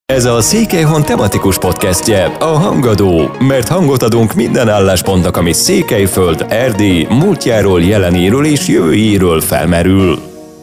Ez a Székelyhon tematikus podcastje, a Hangadó, mert hangot adunk minden álláspontnak, ami Székelyföld, Erdély, múltjáról, jelenéről és jövőjéről felmerül.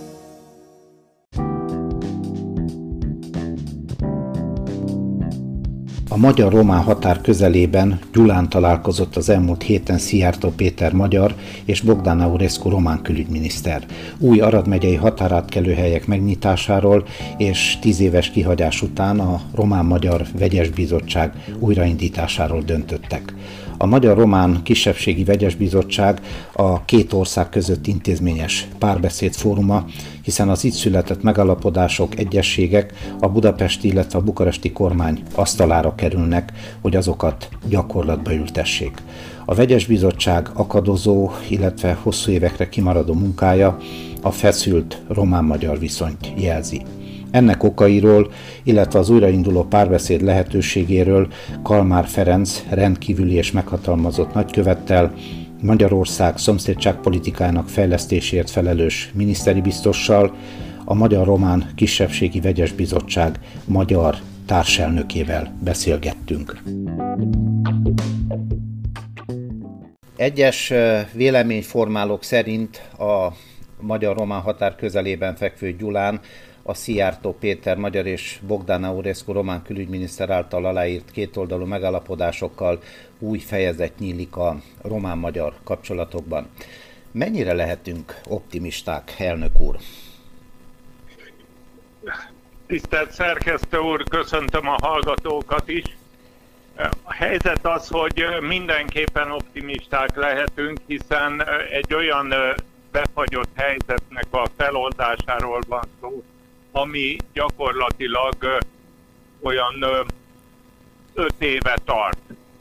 A magyar-román határ közelében Gyulán találkozott az elmúlt héten Szijjártó Péter magyar és Bogdan Aurescu román külügyminiszter. Új Arad megyei határátkelőhelyek megnyitásáról és 10 éves kihagyás után a Román-Magyar Vegyes Bizottság újraindításáról döntöttek. A Magyar-Román Kisebbségi Vegyes Bizottság a két ország között intézményes párbeszéd fóruma, hiszen az itt született megállapodások, egyezségek a budapesti, illetve a bukaresti kormány asztalára kerülnek, hogy azokat gyakorlatba ültessék. A Vegyes Bizottság akadozó, illetve hosszú évekre kimaradó munkája a feszült román-magyar viszonyt jelzi. Ennek okairól, illetve az újrainduló párbeszéd lehetőségéről Kalmár Ferenc rendkívüli és meghatalmazott nagykövettel, Magyarország szomszédságpolitikájának fejlesztésért felelős miniszteri biztossal, a Magyar-Román Kisebbségi Vegyes Bizottság magyar társelnökével beszélgettünk. Egyes véleményformálók szerint a magyar-román határ közelében fekvő Gyulán a Szijjártó Péter magyar és Bogdan Aurescu román külügyminiszter által aláírt kétoldalú megállapodásokkal új fejezet nyílik a román-magyar kapcsolatokban. Mennyire lehetünk optimisták, elnök úr? Tisztelt szerkesztő úr, köszöntöm a hallgatókat is. A helyzet az, hogy mindenképpen optimisták lehetünk, hiszen egy olyan befagyott helyzetnek a feloldásáról van szó, ami gyakorlatilag olyan 5 éve tart.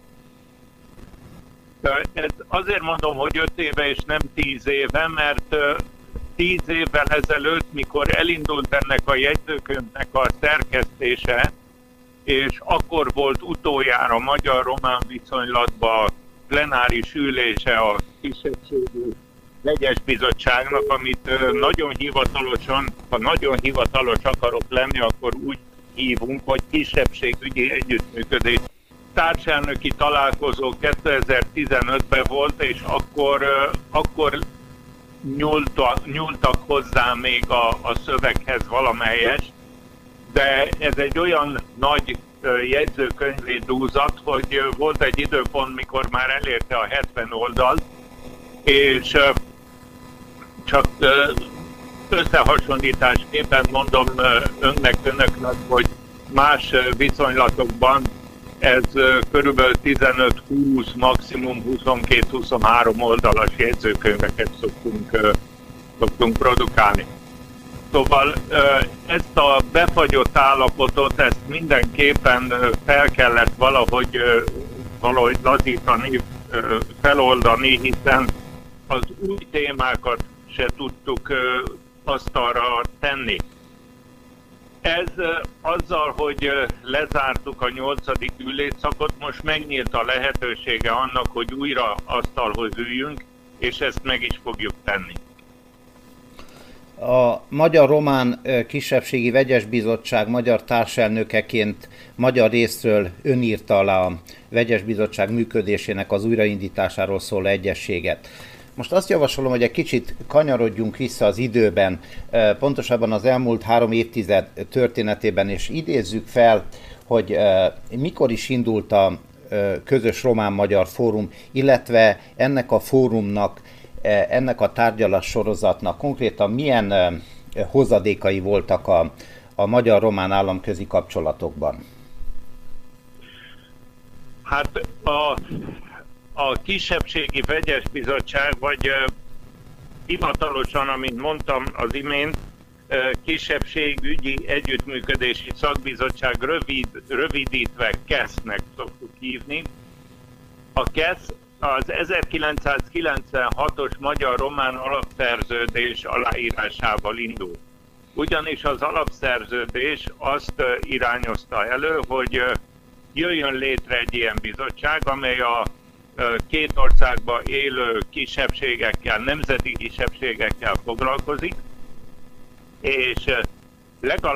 Ez azért mondom, hogy 5 éve és nem 10 éve, mert 10 évvel ezelőtt, mikor elindult ennek a jegyzőkönyvnek a szerkesztése, és akkor volt utoljára magyar-román viszonylatban plenáris ülése a kisebbségi Vegyes Bizottságnak, amit nagyon hivatalosan, ha nagyon hivatalos akarok lenni, akkor úgy hívunk, hogy kisebbségügyi együttműködés. Társelnöki találkozó 2015-ben volt, és akkor nyúltak hozzá még a szöveghez valamelyest, de ez egy olyan nagy jegyzőkönyvi dúzat, hogy volt egy időpont, mikor már elérte a 70 oldalt, és csak összehasonlításképpen mondom önöknek, hogy más viszonylatokban ez körülbelül 15-20, maximum 22-23 oldalas jegyzőkönyveket szoktunk produkálni. Szóval ezt a befagyott állapotot, ezt mindenképpen fel kellett valahogy lazítani, feloldani, hiszen az új témákat se tudtuk asztalra tenni. Ez azzal, hogy lezártuk a 8. ülésszakot, most megnyílt a lehetősége annak, hogy újra asztalhoz üljünk, és ezt meg is fogjuk tenni. A Magyar-Román Kisebbségi Vegyes Bizottság magyar társelnökeként magyar részről ön írta alá a Vegyes Bizottság működésének az újraindításáról szóló egyezséget. Most azt javasolom, hogy egy kicsit kanyarodjunk vissza az időben, pontosabban az elmúlt 3 évtized történetében, és idézzük fel, hogy mikor is indult a közös román-magyar fórum, illetve ennek a fórumnak, ennek a tárgyalás sorozatnak konkrétan milyen hozadékai voltak a magyar-román államközi kapcsolatokban? Hát a Kisebbségi Vegyes Bizottság, vagy hivatalosan, amint mondtam az imént, Kisebbségügyi Együttműködési Szakbizottság, rövidítve KESZ-nek szoktuk hívni. A KESZ az 1996-os Magyar-Román Alapszerződés aláírásával indult. Ugyanis az alapszerződés azt irányozta elő, hogy jöjjön létre egy ilyen bizottság, amely a két országban élő kisebbségekkel, nemzeti kisebbségekkel foglalkozik, és legalább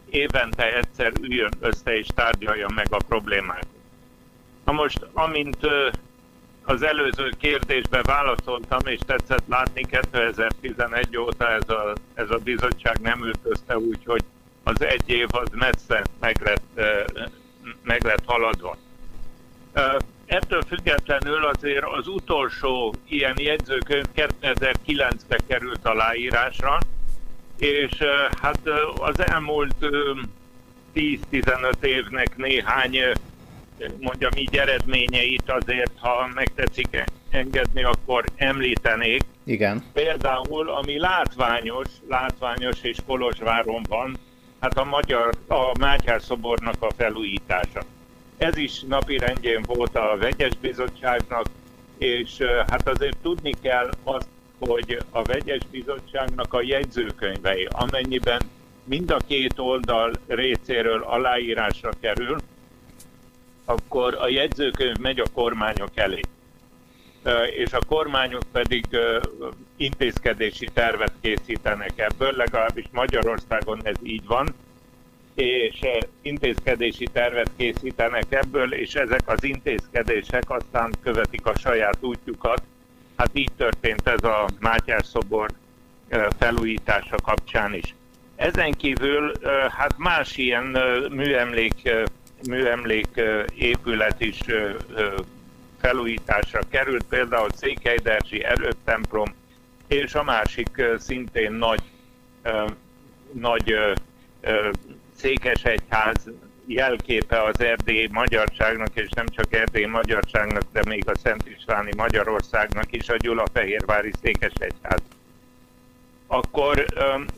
évente egyszer üljön össze és tárgyalja meg a problémát. Na most, amint az előző kérdésbe válaszoltam, és tetszett látni, 2011 óta ez a bizottság nem ült össze, úgyhogy az egy év az messze meg lett haladva. Ettől függetlenül azért az utolsó ilyen jegyzőkönyv 2009-ben került aláírásra, és hát az elmúlt 10-15 évnek néhány, mondjam így, eredményeit azért, ha megtetszik engedni, akkor említenék. Igen. Például, ami látványos és Kolozsváron van, hát a Mátyás szobornak a felújítása. Ez is napirendjén volt a vegyes bizottságnak, és hát azért tudni kell azt, hogy a vegyes bizottságnak a jegyzőkönyvei, amennyiben mind a két oldal részéről aláírásra kerül, akkor a jegyzőkönyv megy a kormányok elé. És a kormányok pedig intézkedési tervet készítenek ebből, legalábbis Magyarországon ez így van, és intézkedési tervet készítenek ebből, és ezek az intézkedések aztán követik a saját útjukat. Hát így történt ez a Mátyás szobor felújítása kapcsán is. Ezen kívül hát más ilyen műemlék épület is felújításra került, például Székelyderzsi erődtemplom, és a másik szintén nagy székesegyház jelképe az erdélyi magyarságnak, és nem csak erdélyi magyarságnak, de még a Szent Istváni Magyarországnak is, a Gyulafehérvári székesegyház. Akkor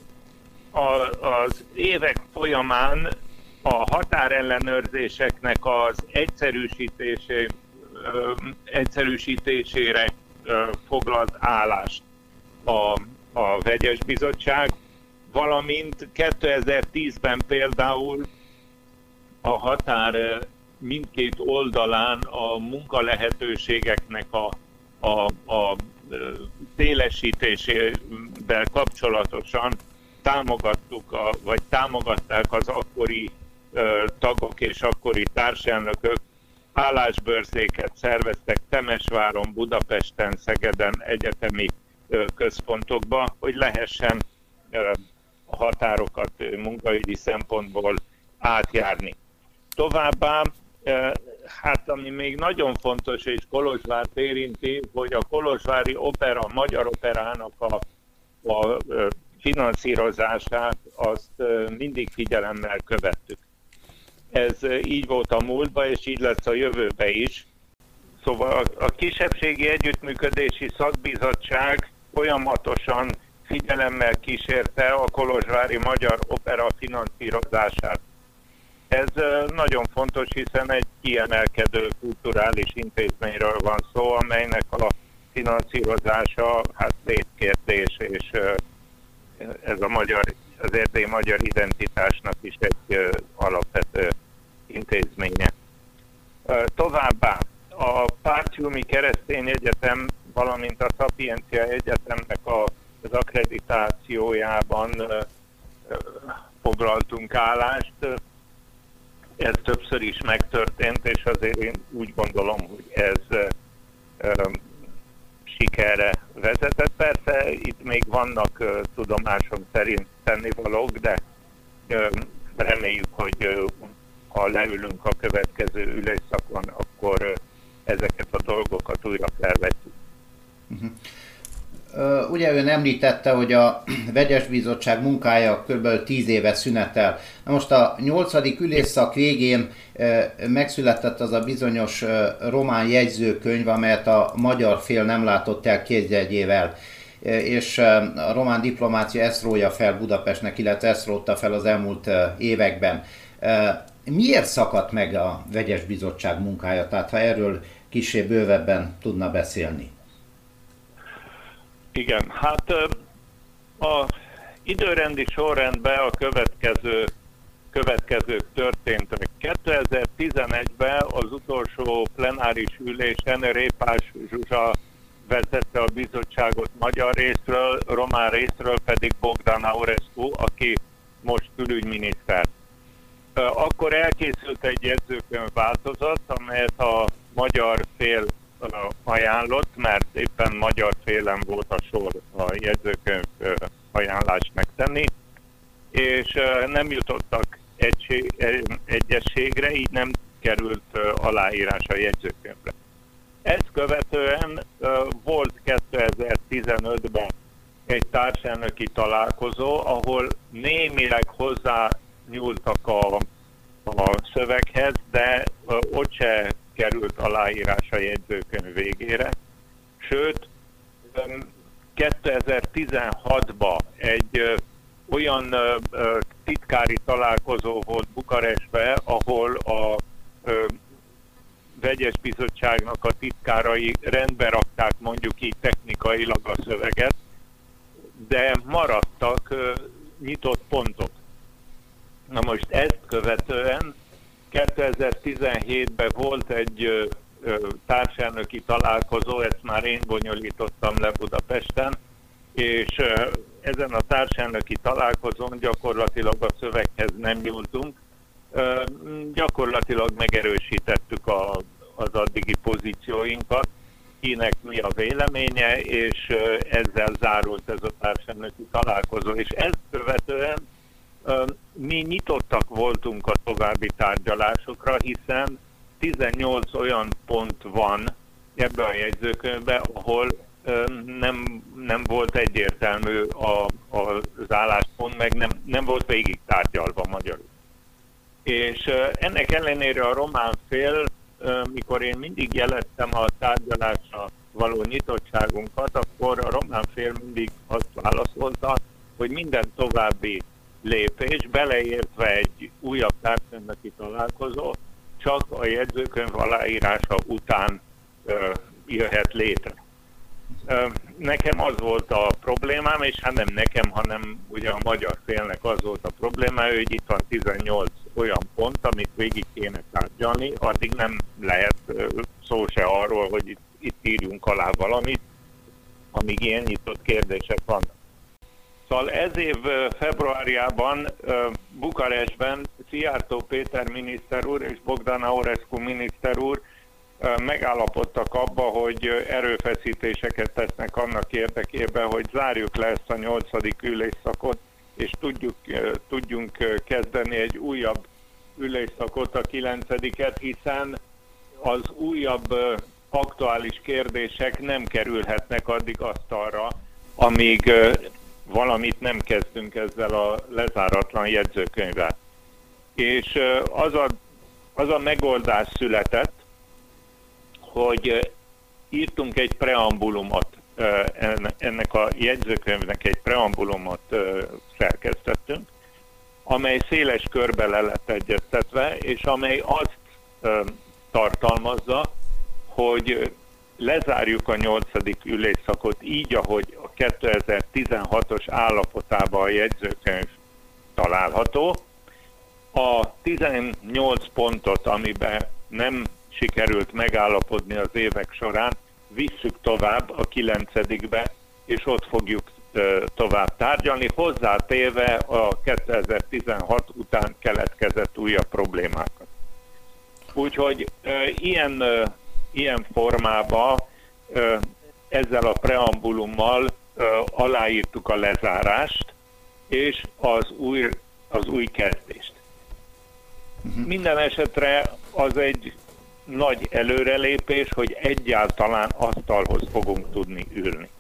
az évek folyamán a határellenőrzéseknek az egyszerűsítésére foglalt állást a vegyes bizottság, valamint 2010-ben például a határ mindkét oldalán a munkalehetőségeknek a szélesítésével kapcsolatosan támogatták az akkori tagok és akkori társelnökök, állásbörzéket szerveztek Temesváron, Budapesten, Szegeden, egyetemi központokba, hogy lehessen a határokat munkaügyi szempontból átjárni. Továbbá, hát ami még nagyon fontos, és Kolozsvárt érinti, hogy a kolozsvári opera, magyar operának a finanszírozását azt mindig figyelemmel követtük. Ez így volt a múltban, és így lesz a jövőben is. Szóval a Kisebbségi Együttműködési Szakbizottság folyamatosan figyelemmel kísérte a kolozsvári magyar opera finanszírozását. Ez nagyon fontos, hiszen egy kiemelkedő kulturális intézményről van szó, amelynek a finanszírozása hát létkérdés, és ez az erdélyi magyar identitásnak is egy alapvető intézménye. Továbbá a Pártfiumi Keresztény Egyetem, valamint a Szapiencia Egyetemnek az akkreditációjában foglaltunk állást. Ez többször is megtörtént, és azért én úgy gondolom, hogy ez sikerre vezetett. Persze itt még vannak tudomásom szerint tennivalók, de reméljük, hogy ha leülünk a következő ülésszakon, akkor ezeket a dolgokat újra felvetjük. Ugye ön említette, hogy a vegyes bizottság munkája kb. 10 éve szünetel. Na most a 8. ülésszak végén megszületett az a bizonyos román jegyzőkönyv, amelyet a magyar fél nem látott el kézjegyével, és a román diplomácia ezt rója fel Budapestnek, illetve ezt rótta fel az elmúlt években. Miért szakadt meg a vegyes bizottság munkája? Tehát ha erről kissé bővebben tudna beszélni. Igen, hát a időrendi sorrendben a következők történtek. 2011-ben az utolsó plenáris ülésen Répás Zsuzsa vezette a bizottságot magyar részről, román részről pedig Bogdan Aurescu, aki most külügyminiszter. Akkor elkészült egy jegyzőkönyv változat, amelyet a magyar fél ajánlott, mert éppen magyar félen volt a sor a jegyzőkönyv ajánlást megtenni, és nem jutottak egyességre, így nem került aláírás a jegyzőkönyvre. Ezt követően volt 2015-ben egy társelnöki találkozó, ahol némileg hozzányúltak a szöveghez, de ott se került aláírás a jegyzőkönyv végére. Sőt, 2016-ban egy olyan titkári találkozó volt Bukarestben, ahol a vegyes bizottságnak a titkárai rendbe rakták mondjuk így technikailag a szöveget, de maradtak nyitott pontok. Na most ezt követően 2017-ben volt egy társelnöki találkozó, ezt már én bonyolítottam le Budapesten, és ezen a társelnöki találkozón gyakorlatilag a szöveghez nem nyúltunk, gyakorlatilag megerősítettük az addigi pozícióinkat, kinek mi a véleménye, és ezzel zárult ez a társelnöki találkozó. És ezt követően mi nyitottak voltunk a további tárgyalásokra, hiszen 18 olyan pont van ebben a jegyzőkönyvben, ahol nem volt egyértelmű az álláspont, meg nem volt végig tárgyalva magyarul. És ennek ellenére a román fél, mikor én mindig jeleztem a tárgyalásra való nyitottságunkat, akkor a román fél mindig azt válaszolta, hogy minden további lépés, beleértve egy újabb társelnöki találkozó, csak a jegyzőkönyv aláírása után jöhet létre. Nekem az volt a problémám, és hát nem nekem, hanem ugye a magyar félnek az volt a problémája, hogy itt van 18 olyan pont, amit végig kéne tárgyalni, addig nem lehet szó se arról, hogy itt írjunk alá valamit, amíg ilyen nyitott kérdések vannak. Szóval ez év februárjában Bukarestben Szijjártó Péter miniszter úr és Bogdan Aurescu miniszter úr megállapodtak abba, hogy erőfeszítéseket tesznek annak érdekében, hogy zárjuk le ezt a 8. ülésszakot, és tudjunk kezdeni egy újabb ülésszakot, a 9-et, hiszen az újabb aktuális kérdések nem kerülhetnek addig asztalra, amíg valamit nem kezdünk ezzel a lezáratlan jegyzőkönyvvel. És az a megoldás született, hogy írtunk egy preambulumot, ennek a jegyzőkönyvnek egy preambulumot szerkesztettünk, amely széles körbe le lett egyeztetve, és amely azt tartalmazza, hogy lezárjuk a 8. ülésszakot így, ahogy a 2016-os állapotában a jegyzőkönyv található. A 18 pontot, amiben nem sikerült megállapodni az évek során, visszük tovább a 9-be, és ott fogjuk tovább tárgyalni, hozzátéve a 2016 után keletkezett újabb problémákat. Úgyhogy ilyen formában ezzel a preambulummal aláírtuk a lezárást és az új kezdést. Minden esetre az egy nagy előrelépés, hogy egyáltalán asztalhoz fogunk tudni ülni.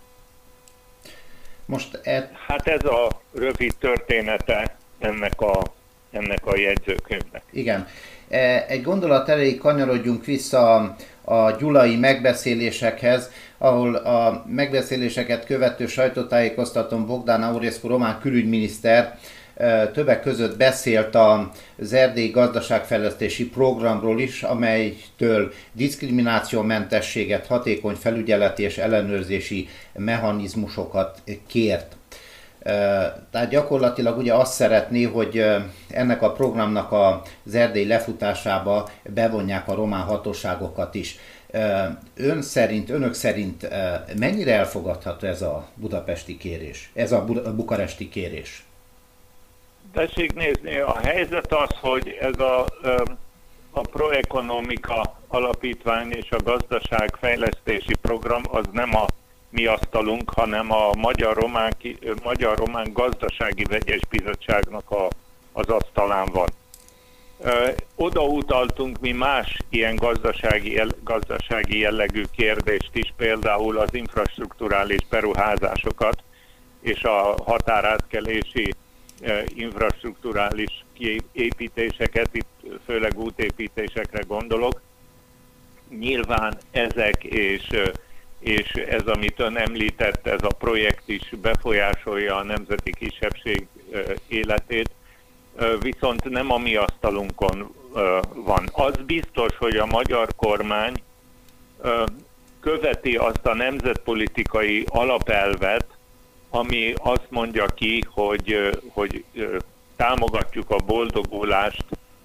Hát ez a rövid története ennek a jegyzőkönyvnek. Igen. Egy gondolat elejéig kanyarodjunk vissza a gyulai megbeszélésekhez, ahol a megbeszéléseket követő sajtótájékoztatón Bogdan Aurescu román külügyminiszter többek között beszélt az erdélyi gazdaságfejlesztési programról is, amelytől diszkriminációmentességet, hatékony felügyeleti és ellenőrzési mechanizmusokat kért. Tehát gyakorlatilag ugye azt szeretné, hogy ennek a programnak az Erdély lefutásába bevonják a román hatóságokat is. Önök szerint mennyire elfogadható ez a budapesti kérés, ez a bukaresti kérés? Tessék nézni, a helyzet az, hogy ez a Proekonomika Alapítvány és a Gazdaságfejlesztési Program az nem a mi asztalunk, hanem a Magyar-Román Gazdasági Vegyes Bizottságnak az asztalán van. Oda utaltunk mi más ilyen gazdasági jellegű kérdést is, például az infrastrukturális beruházásokat és a határátkelési infrastrukturális építéseket, itt főleg útépítésekre gondolok. Nyilván ezek és ez, amit ön említett, ez a projekt is befolyásolja a nemzeti kisebbség életét, viszont nem a mi asztalunkon van. Az biztos, hogy a magyar kormány követi azt a nemzetpolitikai alapelvet, ami azt mondja ki, hogy támogatjuk a boldogulást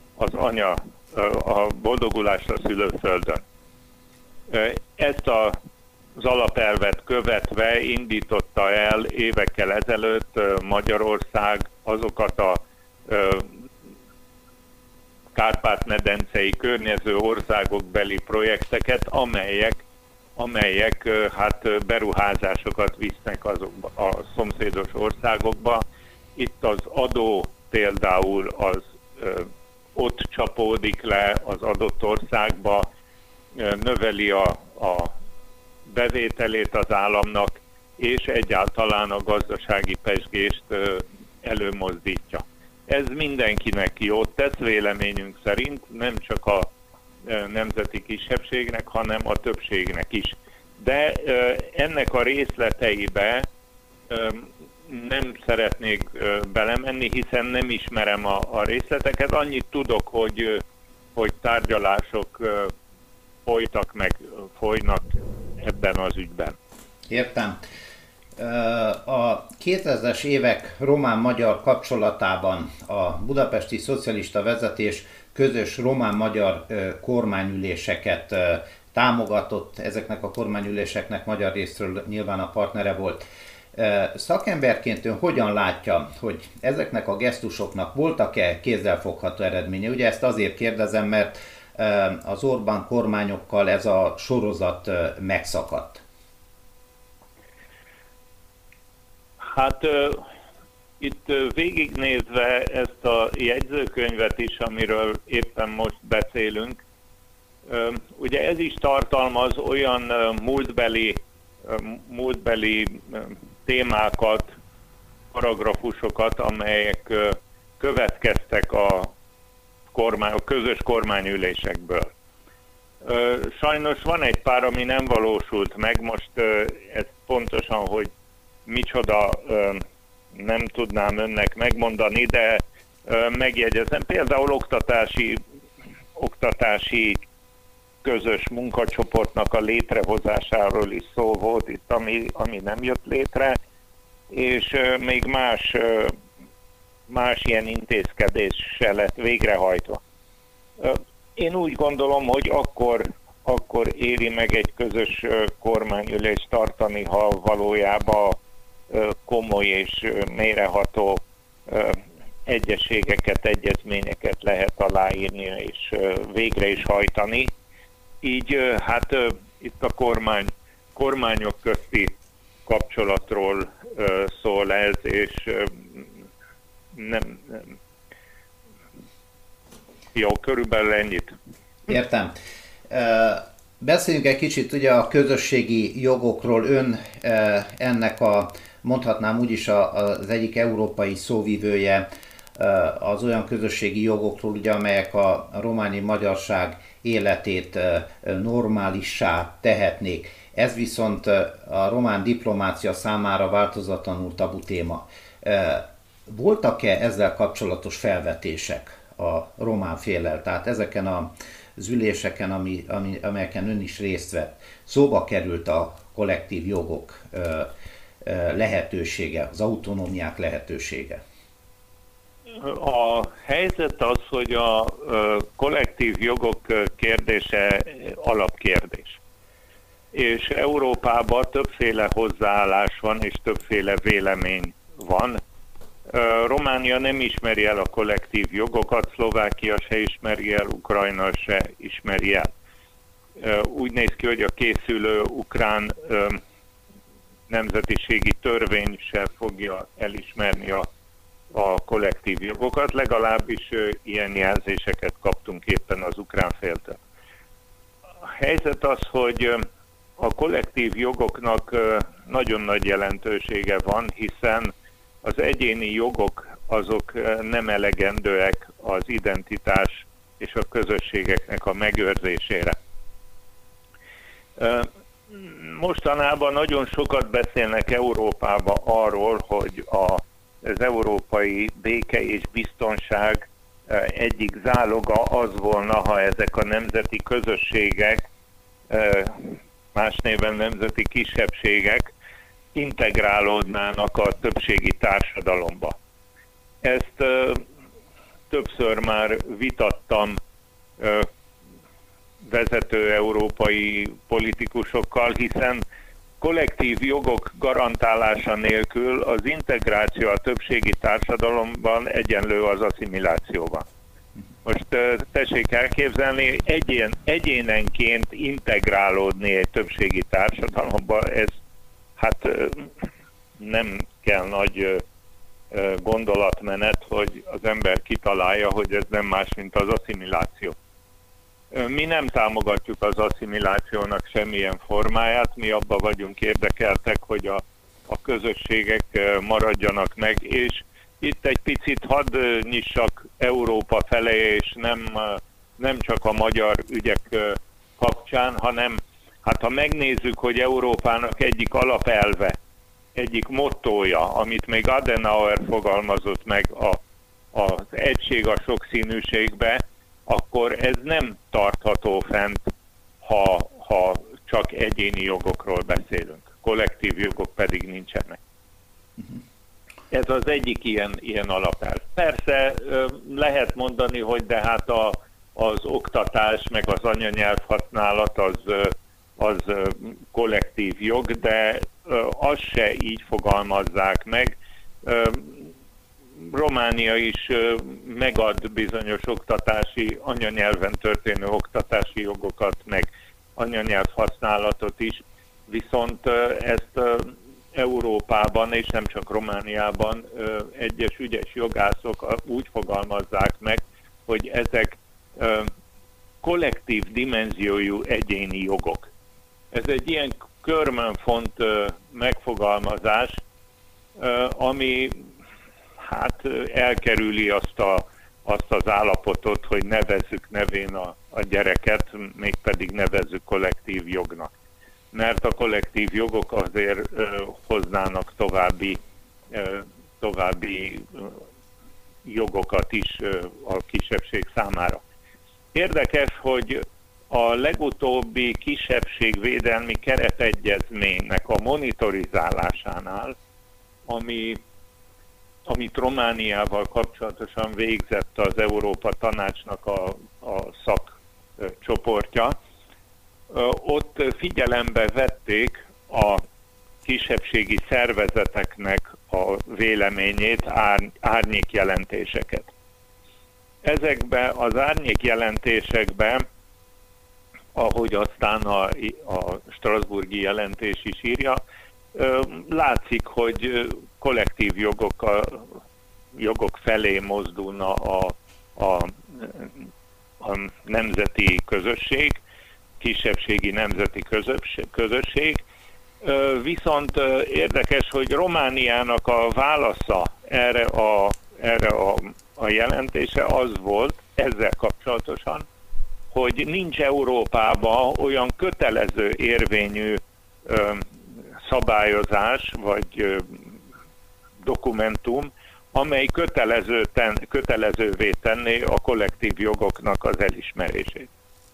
a boldogulást a szülőföldön. Ezt az alapelvet követve indította el évekkel ezelőtt Magyarország azokat a Kárpát-medencei környező országok beli projekteket, amelyek hát beruházásokat visznek azokba a szomszédos országokba. Itt az adó például az ott csapódik le az adott országba, növeli a bevételét az államnak, és egyáltalán a gazdasági pezsgést előmozdítja. Ez mindenkinek jót tesz, véleményünk szerint, nem csak a nemzeti kisebbségnek, hanem a többségnek is. De ennek a részleteibe nem szeretnék belemenni, hiszen nem ismerem a részleteket. Annyit tudok, hogy tárgyalások folytak meg, folynak ebben az ügyben. Értem. A 2000-es évek román-magyar kapcsolatában a budapesti szocialista vezetés közös román-magyar kormányüléseket támogatott, ezeknek a kormányüléseknek magyar részről nyilván a partnere volt. Szakemberként ön hogyan látja, hogy ezeknek a gesztusoknak voltak-e kézzelfogható eredménye? Ugye ezt azért kérdezem, mert az Orbán kormányokkal ez a sorozat megszakadt. Hát itt végignézve ezt a jegyzőkönyvet is, amiről éppen most beszélünk, ugye ez is tartalmaz olyan múltbeli témákat, paragrafusokat, amelyek következtek a közös kormányülésekből. Sajnos van egy pár, ami nem valósult meg, most ez pontosan, hogy micsoda, nem tudnám önnek megmondani, de megjegyezem. Például oktatási közös munkacsoportnak a létrehozásáról is szó volt itt, ami nem jött létre, és még más ilyen intézkedés se lett végrehajtva. Én úgy gondolom, hogy akkor éri meg egy közös kormányülést tartani, ha valójában komoly és mélyreható egyezményeket lehet aláírni és végre is hajtani. Így hát itt a kormányok közti kapcsolatról szól ez, és nem. Jó, körülbelül ennyit. Értem. Beszéljünk egy kicsit ugye a közösségi jogokról. Ön ennek mondhatnám úgyis az egyik európai szóvivője az olyan közösségi jogokról, ugye, amelyek a románi magyarság életét normálissá tehetnék. Ez viszont a román diplomácia számára változatlanul tabu téma. Voltak-e ezzel kapcsolatos felvetések a román féllel? Tehát ezeken az üléseken, amelyeken ön is részt vett, szóba került a kollektív jogok lehetősége, az autonómiák lehetősége? A helyzet az, hogy a kollektív jogok kérdése alapkérdés. És Európában többféle hozzáállás van, és többféle vélemény van. Románia nem ismeri el a kollektív jogokat, Szlovákia se ismeri el, Ukrajna se ismeri el. Úgy néz ki, hogy a készülő ukrán nemzetiségi törvény se fogja elismerni a kollektív jogokat, legalábbis ilyen jelzéseket kaptunk éppen az ukrán féltől. A helyzet az, hogy a kollektív jogoknak nagyon nagy jelentősége van, hiszen az egyéni jogok azok nem elegendőek az identitás és a közösségeknek a megőrzésére. Mostanában nagyon sokat beszélnek Európában arról, hogy az európai béke és biztonság egyik záloga az volna, ha ezek a nemzeti közösségek, más néven nemzeti kisebbségek integrálódnának a többségi társadalomba. Ezt többször már vitattam vezető európai politikusokkal, hiszen kollektív jogok garantálása nélkül az integráció a többségi társadalomban egyenlő az asszimilációban. Most tessék elképzelni, egyénenként integrálódni egy többségi társadalomba, ez hát nem kell nagy gondolatmenet, hogy az ember kitalálja, hogy ez nem más, mint az asszimiláció. Mi nem támogatjuk az asszimilációnak semmilyen formáját, mi abban vagyunk érdekeltek, hogy a közösségek maradjanak meg, és itt egy picit hadd nyissak Európa felé, és nem csak a magyar ügyek kapcsán, hanem hát ha megnézzük, hogy Európának egyik alapelve, egyik mottója, amit még Adenauer fogalmazott meg, az egység a sokszínűségbe, akkor ez nem tartható fent, ha csak egyéni jogokról beszélünk. Kollektív jogok pedig nincsenek. Ez az egyik ilyen alapelv. Persze lehet mondani, hogy de hát az oktatás meg az anyanyelv használat az kollektív jog, de azt se így fogalmazzák meg. Románia is megad bizonyos oktatási, anyanyelven történő oktatási jogokat, meg anyanyelv használatot is, viszont ezt Európában, és nem csak Romániában egyes ügyes jogászok úgy fogalmazzák meg, hogy ezek kollektív dimenziójú egyéni jogok. Ez egy ilyen körmönfont megfogalmazás, ami hát elkerüli azt az állapotot, hogy nevezzük nevén a gyereket, mégpedig nevezzük kollektív jognak. Mert a kollektív jogok azért hoznának további jogokat is a kisebbség számára. Érdekes, hogy a legutóbbi kisebbségvédelmi keretegyezménynek a monitorizálásánál, amit Romániával kapcsolatosan végzett az Európa Tanácsnak a szakcsoportja, ott figyelembe vették a kisebbségi szervezeteknek a véleményét, árnyékjelentéseket. Ezekben az árnyékjelentésekben, ahogy aztán a strasbourgi jelentés is írja, látszik, hogy kollektív jogok felé mozdulna a nemzeti közösség, kisebbségi nemzeti közösség. Viszont érdekes, hogy Romániának a válasza erre a jelentése az volt ezzel kapcsolatosan, hogy nincs Európában olyan kötelező érvényű szabályozás vagy dokumentum, amely kötelezővé tenné a kollektív jogoknak az elismerését.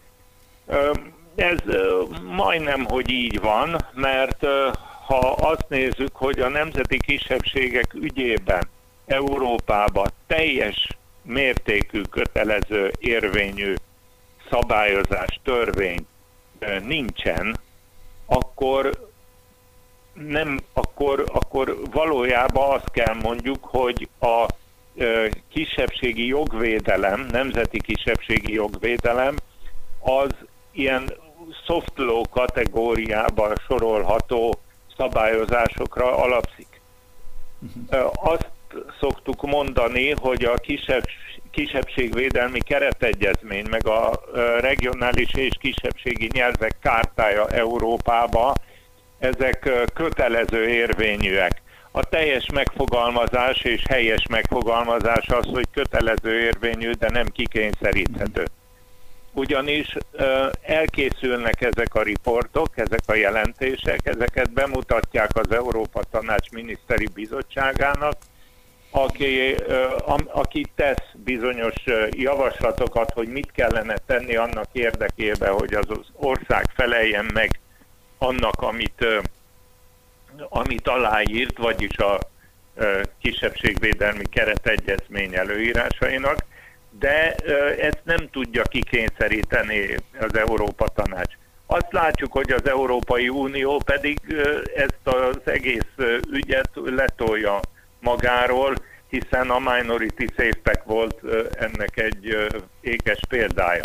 Ez majdnem, hogy így van, mert ha azt nézzük, hogy a nemzeti kisebbségek ügyében Európában teljes mértékű kötelező érvényű szabályozás, törvény nincsen, akkor nem, akkor valójában azt kell mondjuk, hogy a kisebbségi jogvédelem, nemzeti kisebbségi jogvédelem az ilyen soft law kategóriába sorolható szabályozásokra alapszik. Azt szoktuk mondani, hogy a kisebbségvédelmi keretegyezmény, meg a regionális és kisebbségi nyelvek kártája Európába, ezek kötelező érvényűek. A teljes megfogalmazás és helyes megfogalmazás az, hogy kötelező érvényű, de nem kikényszeríthető. Ugyanis elkészülnek ezek a riportok, ezek a jelentések, ezeket bemutatják az Európa Tanács Miniszteri Bizottságának, aki tesz bizonyos javaslatokat, hogy mit kellene tenni annak érdekében, hogy az ország feleljen meg annak, amit aláírt, vagyis a kisebbségvédelmi keretegyezmény előírásainak, de ezt nem tudja kikényszeríteni az Európa Tanács. Azt látjuk, hogy az Európai Unió pedig ezt az egész ügyet letolja magáról, hiszen a Minority Safe Pack volt ennek egy ékes példája.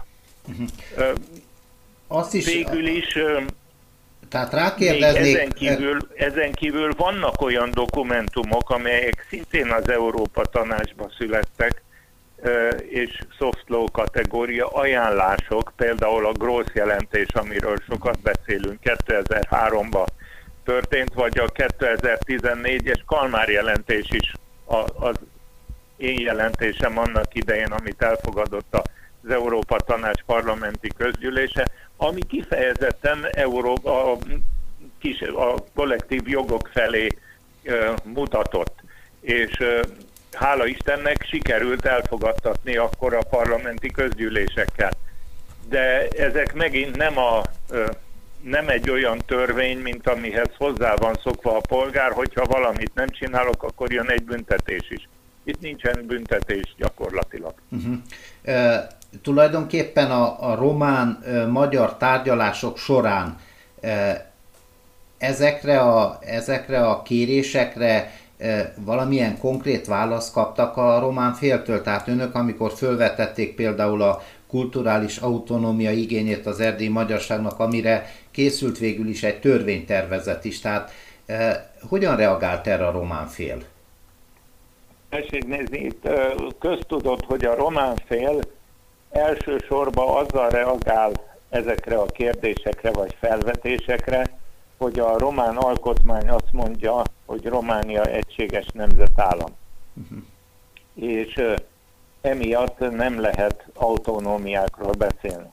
Végül is tehát rákérdeznék... Ezen kívül vannak olyan dokumentumok, amelyek szintén az Európa Tanácsban születtek, és soft law kategória ajánlások, például a Gross jelentés, amiről sokat beszélünk, 2003-ban történt, vagy a 2014-es Kalmár jelentés is az én jelentésem annak idején, amit elfogadott az Európa Tanács parlamenti közgyűlése, ami kifejezetten a kollektív jogok felé mutatott. És hála Istennek sikerült elfogadtatni akkor a parlamenti közgyűlésekkel. De ezek megint nem egy olyan törvény, mint amihez hozzá van szokva a polgár, hogyha valamit nem csinálok, akkor jön egy büntetés is. Itt nincsen büntetés gyakorlatilag. Tulajdonképpen a román-magyar tárgyalások során ezekre a kérésekre valamilyen konkrét választ kaptak a román féltől? Tehát önök, amikor fölvetették például a kulturális autonómia igényét az erdélyi magyarságnak, amire készült végül is egy törvénytervezet is, tehát hogyan reagált erre a román fél? Tessék nézni, itt köztudott, hogy a román fél elsősorban azzal reagál ezekre a kérdésekre vagy felvetésekre, hogy a román alkotmány azt mondja, hogy Románia egységes nemzetállam. És emiatt nem lehet autonómiákról beszélni.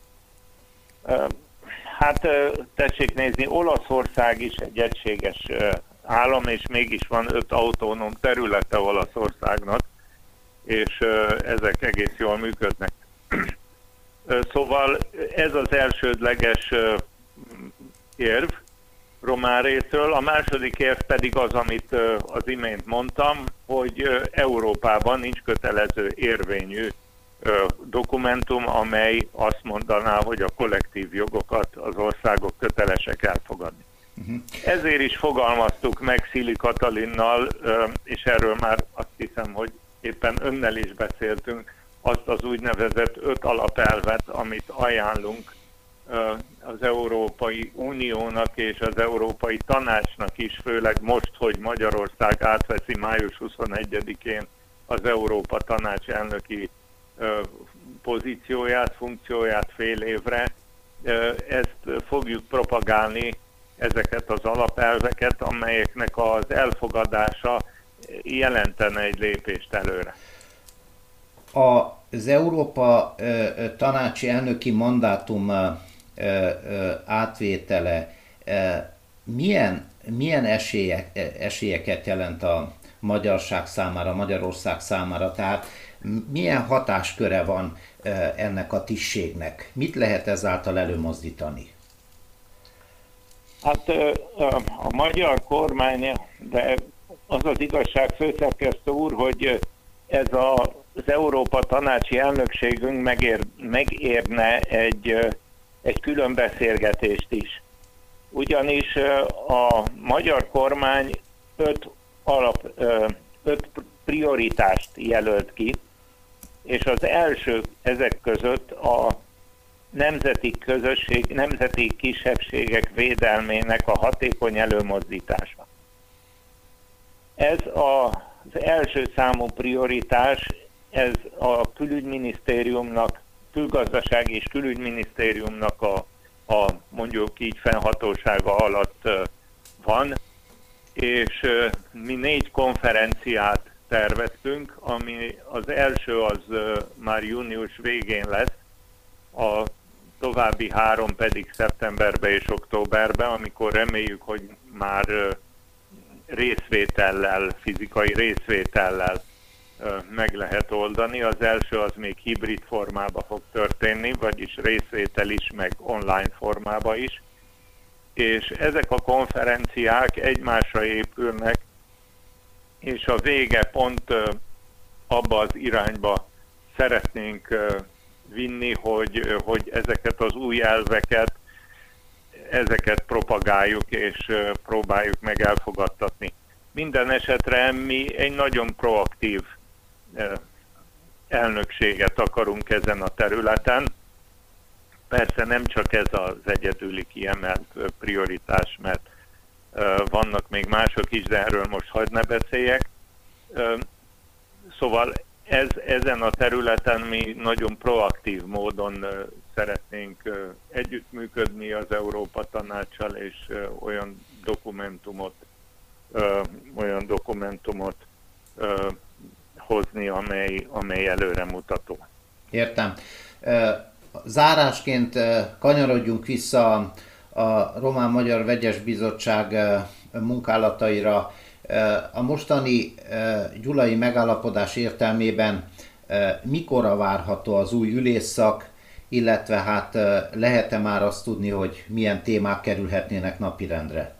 Hát tessék nézni, Olaszország is egy egységes állam, és mégis van 5 autonóm területe Olaszországnak, és ezek egész jól működnek. Szóval ez az elsődleges érv román részről. A második érv pedig az, amit az imént mondtam, hogy Európában nincs kötelező érvényű dokumentum, amely azt mondaná, hogy a kollektív jogokat az országok kötelesek elfogadni. Ezért is fogalmaztuk meg Szili Katalinnal, és erről már azt hiszem, hogy éppen önnel is beszéltünk, azt az úgynevezett 5 alapelvet, amit ajánlunk az Európai Uniónak és az Európai Tanácsnak is, főleg most, hogy Magyarország átveszi május 21-én az Európa Tanács elnöki pozícióját, funkcióját fél évre. Ezt fogjuk propagálni, ezeket az alapelveket, amelyeknek az elfogadása jelentene egy lépést előre. Az Európa Tanácsi elnöki mandátum átvétele milyen esélyeket jelent a magyarság számára, Magyarország számára? Tehát milyen hatásköre van ennek a tisztségnek? Mit lehet ezáltal előmozdítani? Hát a magyar kormány, de az az igazság, főszerkesztő úr, hogy ez az Európa Tanácsi elnökségünk megérne egy külön beszélgetést is. ugyanis a magyar kormány öt prioritást jelölt ki, és az első ezek között a nemzeti kisebbségek védelmének a hatékony előmozdítása. Ez az első számú prioritás, ez a külgazdasági és külügyminisztériumnak a mondjuk így fennhatósága alatt van, és mi 4 konferenciát terveztünk, ami az első az már június végén lesz, a további 3 pedig szeptemberben és októberben, amikor reméljük, hogy már fizikai részvétellel meg lehet oldani. Az első az még hibrid formában fog történni, vagyis részvétel is, meg online formában is. És ezek a konferenciák egymásra épülnek, és a vége pont abba az irányba szeretnénk vinni, hogy ezeket az új elveket, ezeket propagáljuk és próbáljuk meg elfogadtatni. Minden esetre mi egy nagyon proaktív elnökséget akarunk ezen a területen. Persze nem csak ez az egyedüli kiemelt prioritás, mert vannak még mások is, de erről most hadd ne beszéljek. Szóval ezen a területen mi nagyon proaktív módon szeretnénk együttműködni az Európa Tanácssal, és olyan dokumentumot hozni, amely előremutató. Értem. Zárásként kanyarodjunk vissza a Román-Magyar Vegyes Bizottság munkálataira. A mostani gyulai megállapodás értelmében mikorra várható az új ülésszak, illetve hát lehet-e már azt tudni, hogy milyen témák kerülhetnének napirendre?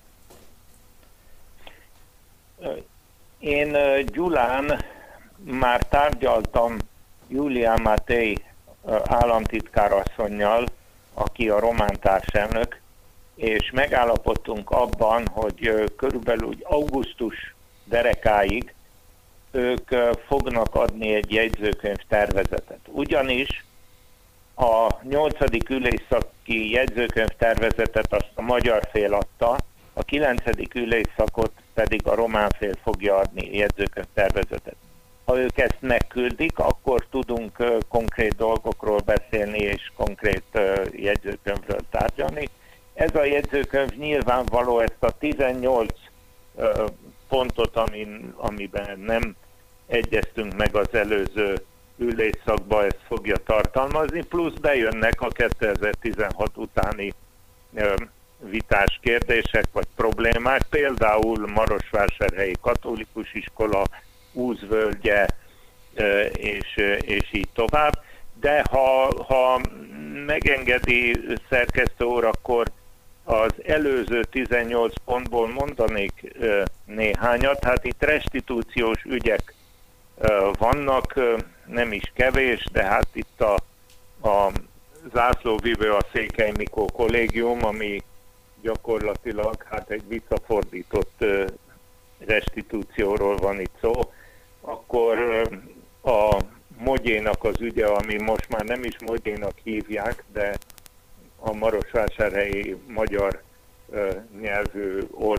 Én Gyulán már tárgyaltam Iulia Matei államtitkárasszonnyal, aki a román társelnök, és megállapodtunk abban, hogy körülbelül úgy augusztus derekáig ők fognak adni egy jegyzőkönyv tervezetet. Ugyanis a 8. ülésszaki jegyzőkönyv tervezetet azt a magyar fél adta, a 9. ülésszakot pedig a román fél fogja adni jegyzőkönyv tervezetet. Ha ők ezt megküldik, akkor tudunk konkrét dolgokról beszélni és konkrét jegyzőkönyvről tárgyalni. Ez a jegyzőkönyv nyilvánvaló, ezt a 18 pontot, amiben nem egyeztünk meg az előző ülésszakban, ezt fogja tartalmazni, plusz bejönnek a 2016 utáni vitás kérdések vagy problémák, például Marosvásárhelyi katolikus iskola, Úzvölgye és így tovább. De ha megengedi szerkesztő úr, akkor az előző 18 pontból mondanék néhányat. Hát itt restitúciós ügyek vannak, nem is kevés, de hát itt a zászlóvivő a Székely Mikó kollégium, ami gyakorlatilag hát egy visszafordított restitúcióról van itt szó. Akkor a Mogyénak az ügye, ami most már nem is Mogyénak hívják, de a Marosvásárhelyi magyar nyelvű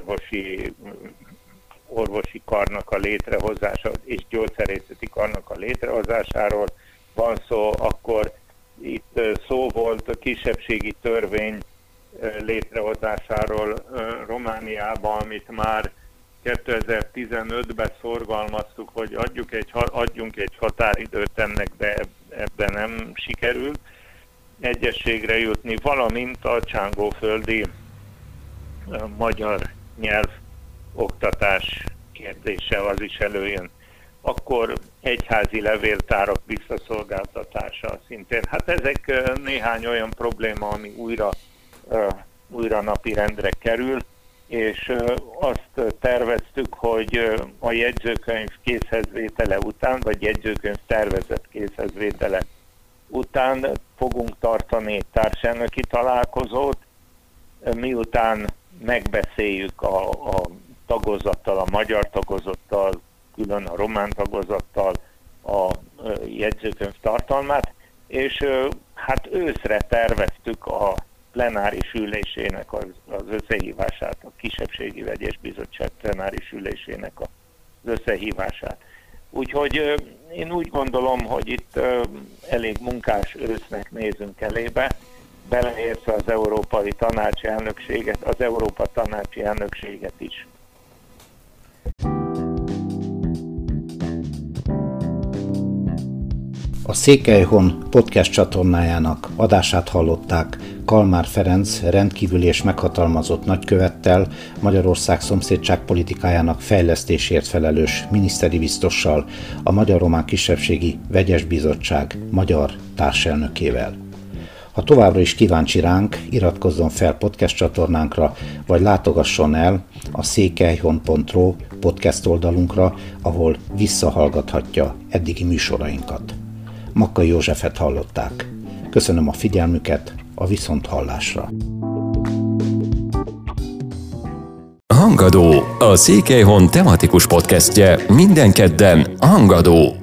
orvosi karnak a létrehozása és gyógyszerészeti karnak a létrehozásáról van szó, akkor itt szó volt a kisebbségi törvény létrehozásáról Romániában, amit már 2015-ben szorgalmaztuk, hogy adjunk egy határidőt ennek, de ebben nem sikerült egyességre jutni, valamint a csángóföldi magyar nyelv oktatás kérdése az is előjön. Akkor egyházi levéltárak visszaszolgáltatása szintén. Hát ezek néhány olyan probléma, ami újra napirendre kerül, és azt terveztük, hogy a jegyzőkönyv készhezvétele után, vagy jegyzőkönyv tervezet készhezvétele után fogunk tartani egy társelnöki találkozót, miután megbeszéljük a tagozattal, a magyar tagozattal, külön a román tagozattal a jegyzőkönyv tartalmát, és hát őszre terveztük a plenáris ülésének az összehívását, a Kisebbségi Vegyes Bizottság plenáris ülésének az összehívását. Úgyhogy én úgy gondolom, hogy itt elég munkás ősznek nézünk elébe, beleértve az Európai Tanácsi Elnökséget, az Európa Tanácsi Elnökséget is. A Székelyhon podcast csatornájának adását hallották Kalmár Ferenc rendkívüli és meghatalmazott nagykövettel, Magyarország szomszédságpolitikájának fejlesztésért felelős miniszteri biztossal, a Magyar-Román Kisebbségi Vegyes Bizottság magyar társelnökével. Ha továbbra is kíváncsi ránk, iratkozzon fel podcast csatornánkra, vagy látogasson el a székelyhon.ro podcast oldalunkra, ahol visszahallgathatja eddigi műsorainkat. Makkai Józsefet hallották. Köszönöm a figyelmüket, a viszonthallásra. Hangadó, a Székelyhon tematikus podcastje minden kedden Hangadó.